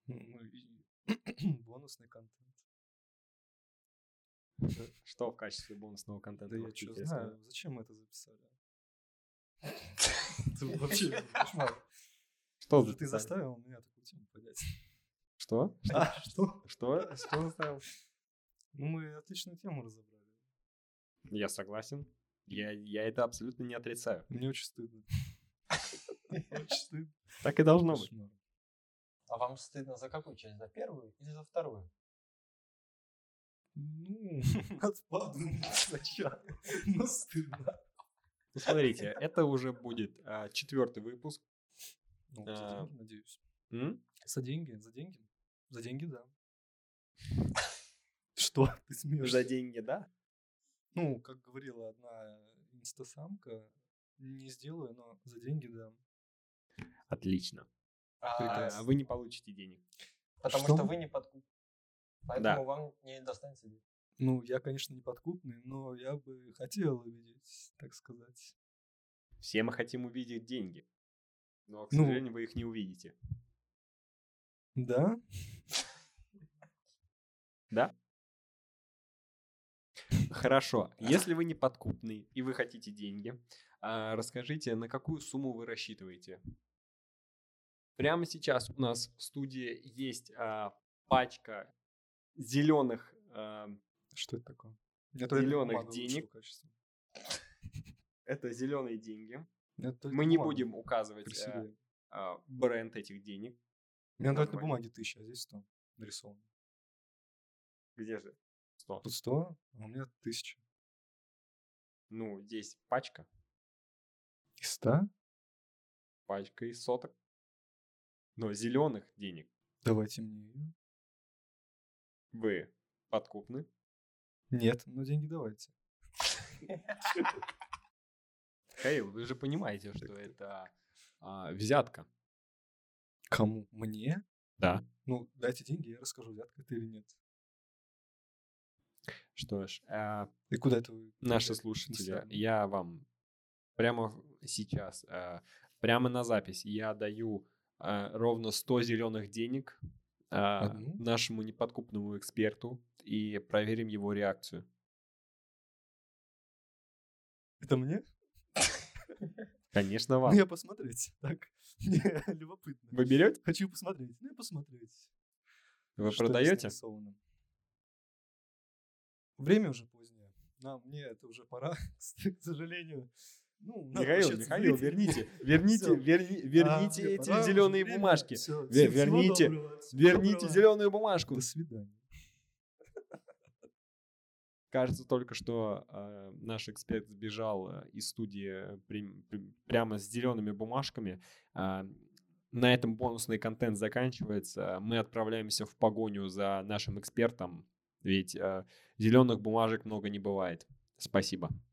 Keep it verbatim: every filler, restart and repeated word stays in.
Ну и бонусный контент. Что в качестве бонусного контента? Да вы я что хотите знаю, сказать? зачем мы это записали? Это вообще кошмар. Что Ты записали? заставил меня такую тему поднять. Что? А, что? Что? Что заставил? Ну, мы отличную тему разобрали. Я согласен. Я, я это абсолютно не отрицаю. Мне очень стыдно. Очень стыдно. Так и должно быть. Кошмар. А вам стыдно за какую часть? За первую или за вторую? Ну, отпаду. Зачем? Ну, стыдно. Ну, смотрите, это уже будет а, четвертый выпуск. Ну, А. за деньги, надеюсь. М? За деньги, за деньги. За деньги, да. Что? Ты смеешься? За деньги, да? Ну, как говорила одна инстасамка, не сделаю, но за деньги дам. Отлично. А, Прекрасно. А вы не получите денег. потому Что? что вы не подкуп. Поэтому вам не достанется денег. Ну, я, конечно, не подкупный, но я бы хотел увидеть, так сказать. Все мы хотим увидеть деньги. Но, к Ну. сожалению, вы их не увидите. Да? Да? Хорошо. Если вы не подкупный и вы хотите деньги, а, расскажите, на какую сумму вы рассчитываете? Прямо сейчас у нас в студии есть а, пачка зеленых а, Что это такое? Я туалетную Зелёных бумагу денег. улучшил качество. это зеленые деньги. Я туалетную Мы не бумагу будем указывать а, красивее. а, бренд этих денег. У меня на туалетной название. бумаге тысяча, а здесь сто нарисовано. Где же? Сто. Тут сто, а у меня тысяча. Ну, здесь пачка. Из ста? Пачка из соток. Но зеленых денег. Давайте мне ее. Вы подкупны. Нет, но деньги давайте. Михаил, вы же понимаете, что это а, взятка. Кому? Мне? Да. Ну, дайте деньги, я расскажу, взятка это или нет. Что ж, а, И куда это вы? наши куда- слушатели, мыслями? я вам прямо сейчас, а, прямо на запись, я даю а, ровно сто зеленых денег а, Одну? нашему неподкупному эксперту и проверим его реакцию. Это мне? Конечно, Ну, вам. я посмотреть. Так, мне любопытно. Вы берете? Хочу посмотреть. Ну, и посмотреть. Вы что здесь продаете? нарисовано. Время уже позднее. Нам, мне это уже пора, к сожалению. Ну, надо Михаил, прощаться с Михаил, зрителями. верните, верните, Всё. верни- А, верните мне эти пора, уже зеленые время. бумажки. Всё, Ве- всем всего верните, доброго, всего верните доброго. зеленую бумажку. До свидания. Кажется только, что э, наш эксперт сбежал э, из студии при- при- прямо с зелеными бумажками. А, на этом бонусный контент заканчивается. Мы отправляемся в погоню за нашим экспертом, ведь э, зеленых бумажек много не бывает. Спасибо.